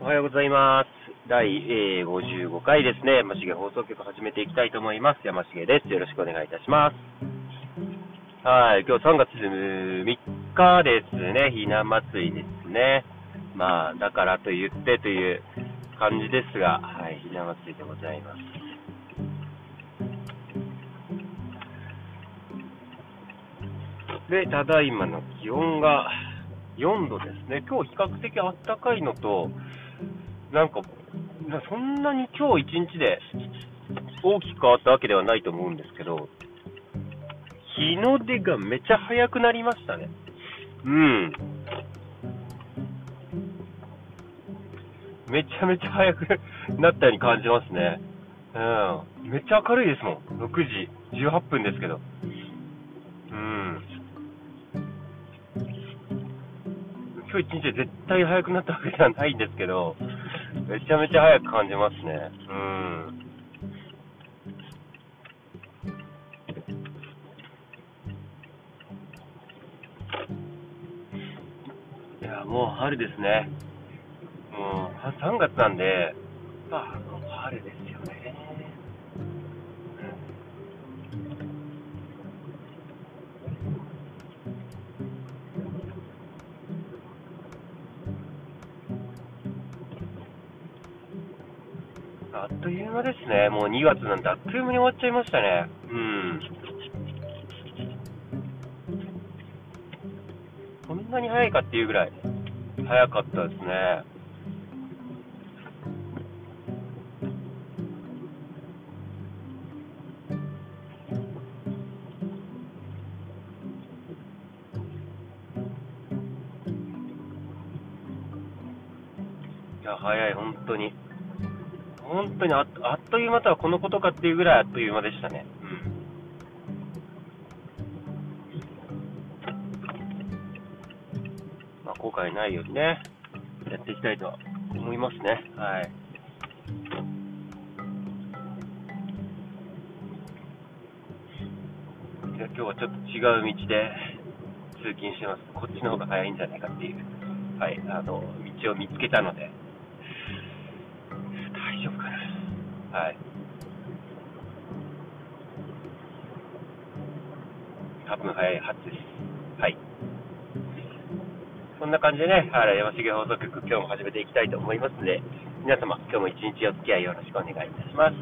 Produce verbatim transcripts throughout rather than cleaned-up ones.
おはようございます。だいえーごじゅうごかいですね。山重放送局始めていきたいと思います。山重です。よろしくお願いいたします。はい、今日さんがつみっかですね。ひな祭りですね。まあ、だからと言ってという感じですが、はい、ひな祭りでございます。で、ただいまの気温がよんどですね。今日比較的暖かいのと、なんか、そんなに今日一日で大きく変わったわけではないと思うんですけど、日の出がめちゃ早くなりましたね。うん。めちゃめちゃ早くなったように感じますね。うん。めっちゃ明るいですもん。ろくじじゅうはっぷんですけど。うん。今日一日で絶対早くなったわけではないんですけど、めちゃめちゃ早く感じますね。うん。いや、もう春ですね。もうさんがつなんで、あ、もう春ですよね。あっという間ですね。もうにがつなんてあっという間に終わっちゃいましたね。うん。こんなに早いかっていうぐらい早かったですね。いや、早い、本当に。本当にあっあっという間とはこのことかっていうぐらいあっという間でしたね。うん。まあ、後悔ないようにね、やっていきたいと思いますね。はい。で今日はちょっと違う道で通勤してます。こっちの方が早いんじゃないかっていう、はい、あの、道を見つけたので、大丈夫かな。はい。多分早いはずです。はい。そんな感じでね、山重放送局、今日も始めていきたいと思いますので、皆様、今日も一日お付き合いよろしくお願いいたします。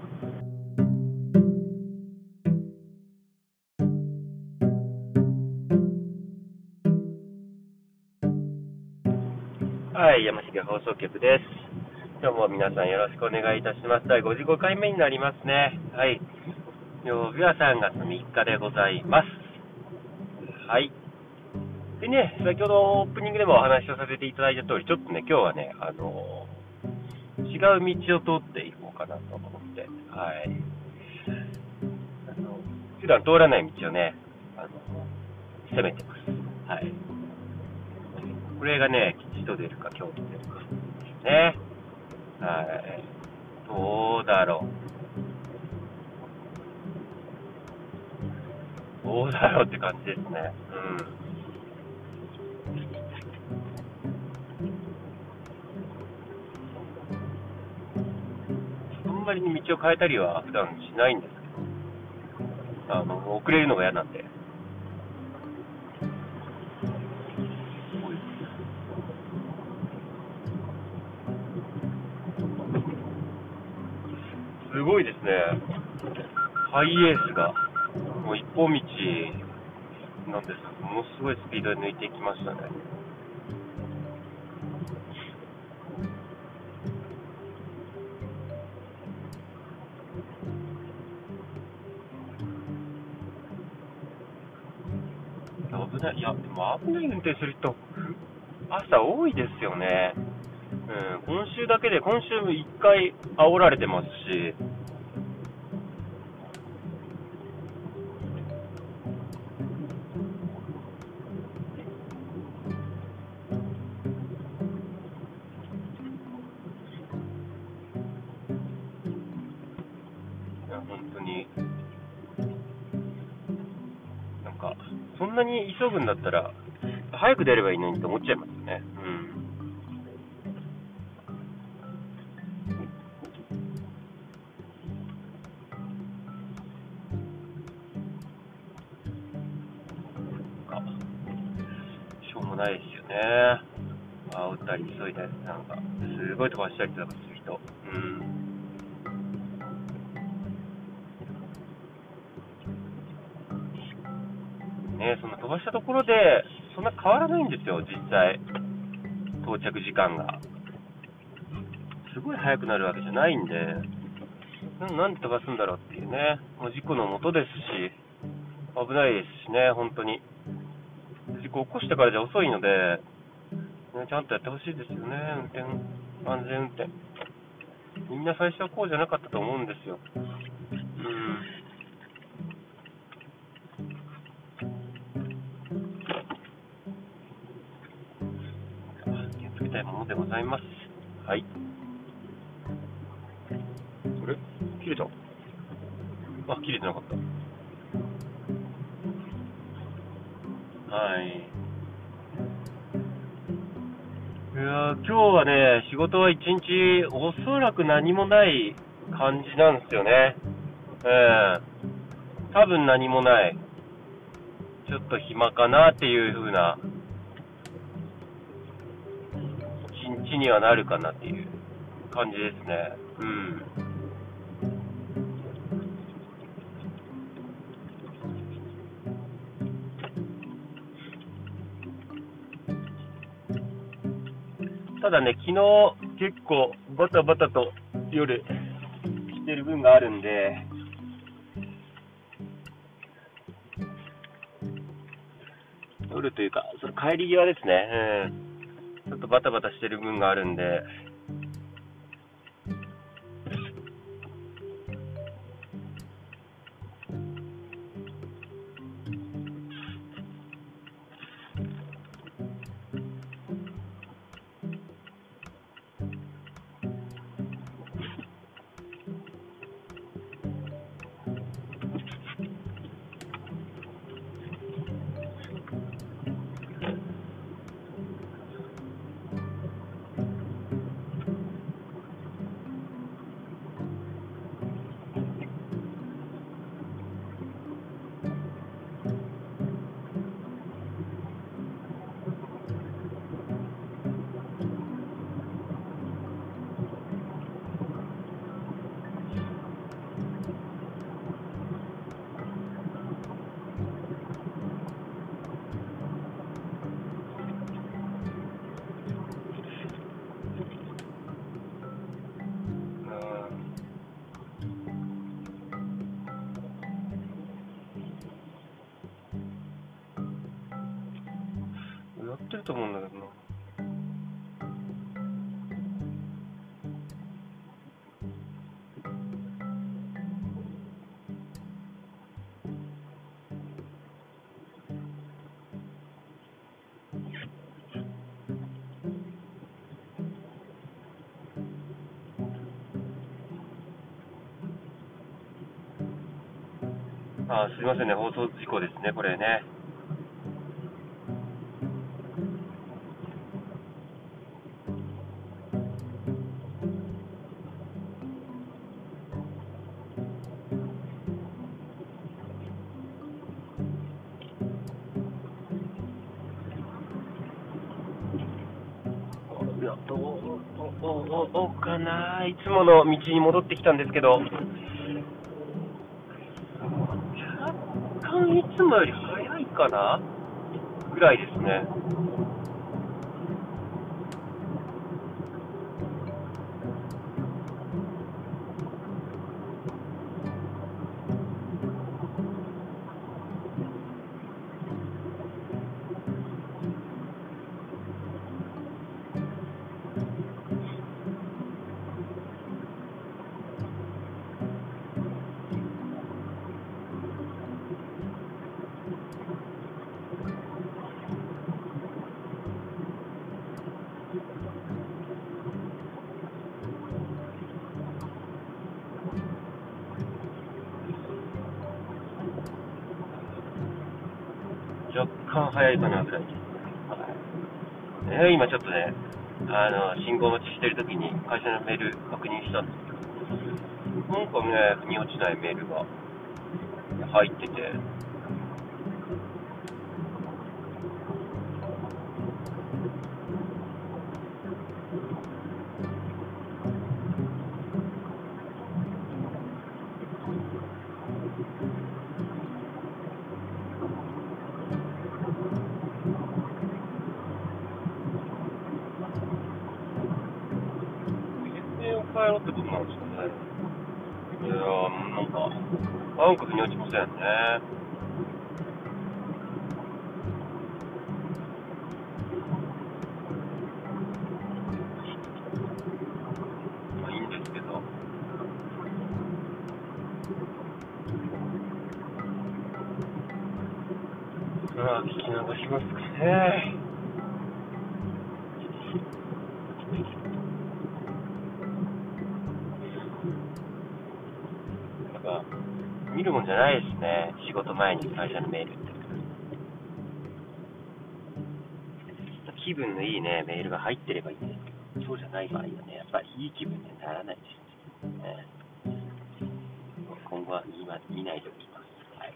はい、山重放送局です。今日も皆さんよろしくお願いいたします。だいごじゅうごかいめになりますね。はい。曜日はさんがつみっかでございます。はい。でね、先ほどオープニングでもお話をさせていただいた通り、ちょっとね、今日はね、あのー、違う道を通っていこうかなと思って、はい。あの、普段通らない道をね、あの、攻めてます。はい。これがね、吉と出るか京と出るかですね。はい。どうだろう。どうだろうって感じですね。うん。あんまりに道を変えたりは普段しないんですけど、あの、遅れるのが嫌なんで。すごいですね。ハイエースが、もう一本道なんですが、ものすごいスピードで抜いていきましたね。危ない、いや、でも危ない運転する人、朝多いですよね。うん、今週だけで、今週いっかい煽られてますし、いや本当に、なんか、そんなに急ぐんだったら、早く出ればいいのにと思っちゃいますよね。うん。 ないですよね。煽ったり急いだりなんかすごい飛ばしたりとかする人、うんね、その飛ばしたところでそんな変わらないんですよ、実際到着時間がすごい速くなるわけじゃないんで、なんで飛ばすんだろうっていうね、もう事故のもとですし危ないですしね、本当に事故起こしてからじゃ遅いので、ね、ちゃんとやってほしいですよね。運転、安全運転。みんな最初はこうじゃなかったと思うんですよ。うん。気をつけたいものでございます。はい。あれ？切れた？あ、切れてなかった。はい。いや今日はね、仕事は一日おそらく何もない感じなんですよね。えー、多分何もない。ちょっと暇かなっていう風な一日にはなるかなっていう感じですね。うん。ただね、昨日結構バタバタと夜してる分があるんで、夜というか、その帰り際ですね、うん、ちょっとバタバタしてる分があるんで、うん、やってると思うんだけどな。あ、すいませんね、放送事故ですね、これね。いや、どう、お、お、おかな、いつもの道に戻ってきたんですけど、若干いつもより早いかなぐらいですね。若干早いかなぐらいです。はい、ね、今ちょっとね、あの信号待ちしてるときに会社のメール確認したんですけど、なんかね、腑に落ちないメールが入ってて、 ろってことなんですかね。いやー、なんか、なんか腑に落ちませんね。まあいいんですけど。まあ、聞き流しますかね。なんか、見るもんじゃないですね。仕事前に会社のメールって。気分のいいね、メールが入ってればいいんですけど、そうじゃない場合はね、やっぱりいい気分にはならないですね。今後は見ま見ないでおきます。はい。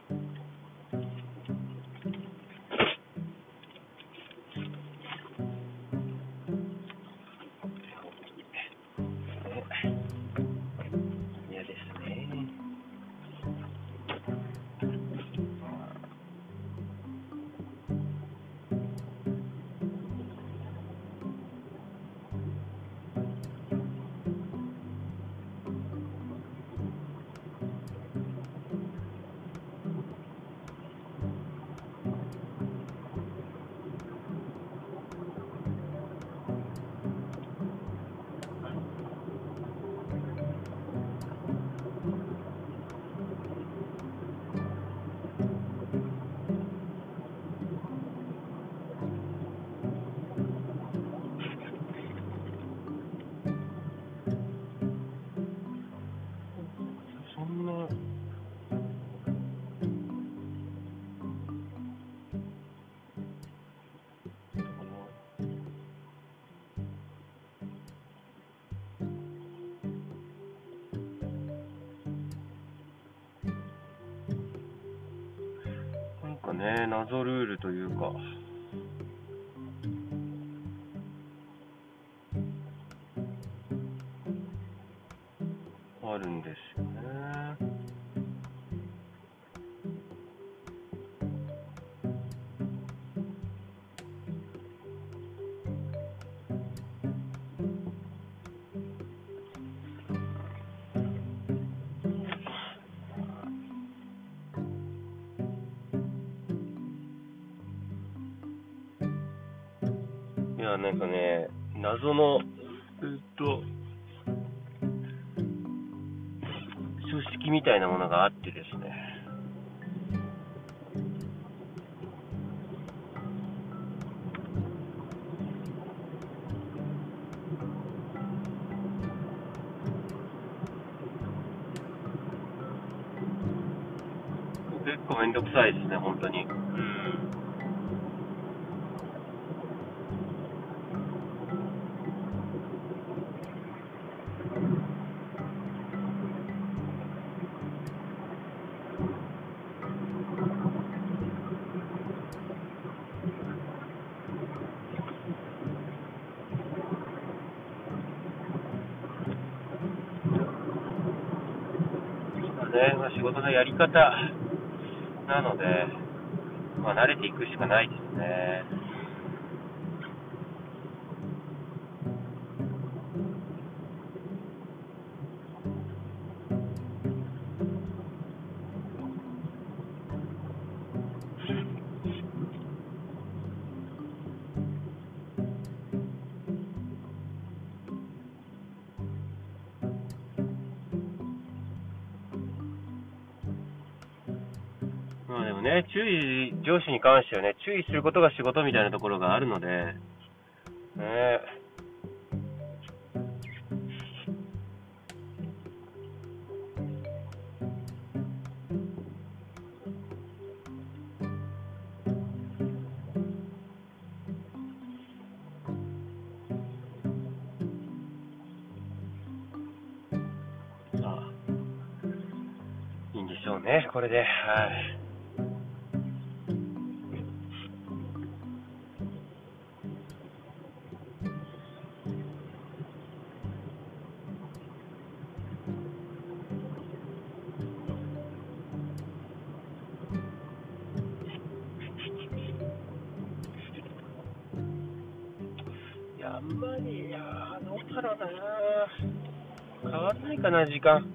嫌ですね。そんな、なんかね、謎ルールというか、あるんですよね。いや、なんかね、謎の、えっと、書式みたいなものがあってですね、結構めんどくさいですね、本当に。うん。ね、まあ、仕事のやり方なので、まあ、慣れていくしかないですね。まあでもね、注意、上司に関してはね、注意することが仕事みたいなところがあるので、ね、まあ、いいんでしょうね、これで。はい。いや、あんまり、いや、どうだろうな。 変わらないかな、時間。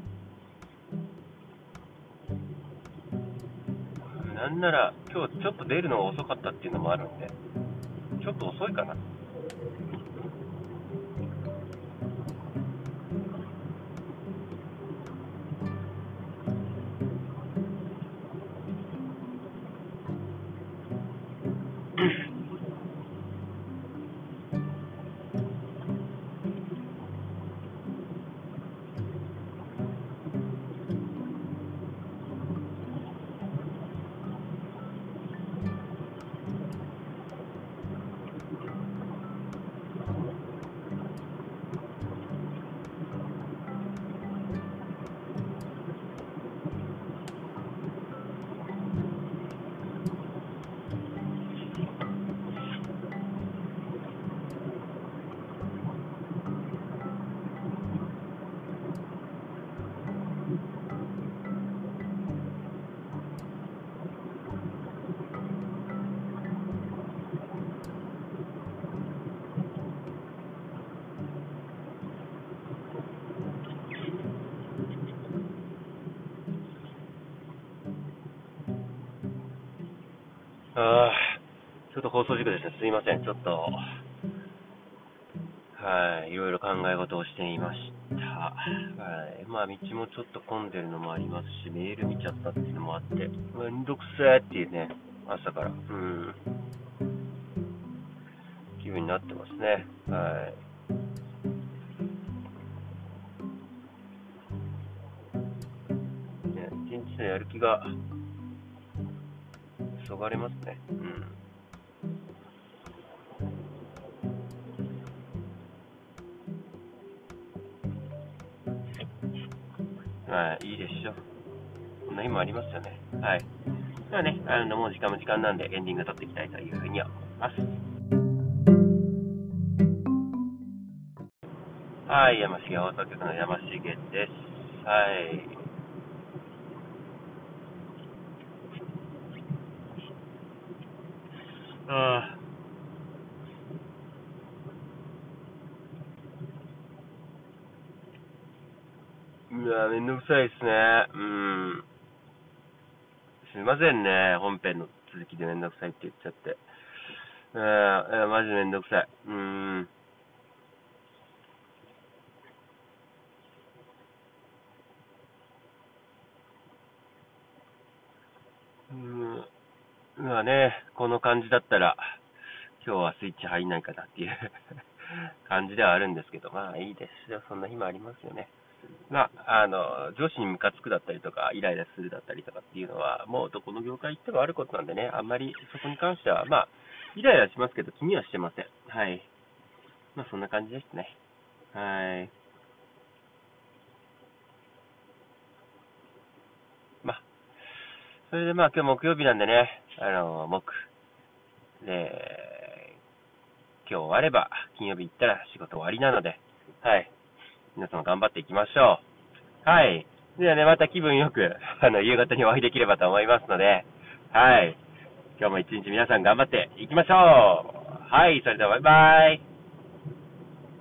なんなら、今日ちょっと出るのが遅かったっていうのもあるんで、ちょっと遅いかな。ああ、ちょっと放送事故ですね。すいません。ちょっと、はい、いろいろ考え事をしていました。はい。まあ、道もちょっと混んでるのもありますし、メール見ちゃったっていうのもあって、めんどくせーっていうね、朝から、うん、気分になってますね。はい。ね、一日のやる気が、そがれますね。うん。はい、いいでしょ。こんな日もありますよね。はい。ではね、あの、もう時間も時間なんでエンディング撮っていきたいというふうに思います。はい、山重放送局の山重です。はい。あーうわ、めんどくさいですね。うん。すいませんね。本編の続きでめんどくさいって言っちゃって。うん、マジめんどくさい。うん。うん。まあね、この感じだったら、今日はスイッチ入んないかなっていう感じではあるんですけど、まあいいですよ。そんな日もありますよね。まあ、あの、上司にムカつくだったりとか、イライラするだったりとかっていうのは、もうどこの業界行ってもあることなんでね、あんまりそこに関しては、まあ、イライラしますけど、気にはしてません。はい。まあ、そんな感じですね。はい。まあ、それでまあ、今日木曜日なんでね、あの、木、で、今日終われば、金曜日行ったら仕事終わりなので、はい。皆さん頑張っていきましょう。はい。ではね、また気分よく、あの、夕方にお会いできればと思いますので、はい。今日も一日皆さん頑張っていきましょう。はい。それではバイバイ。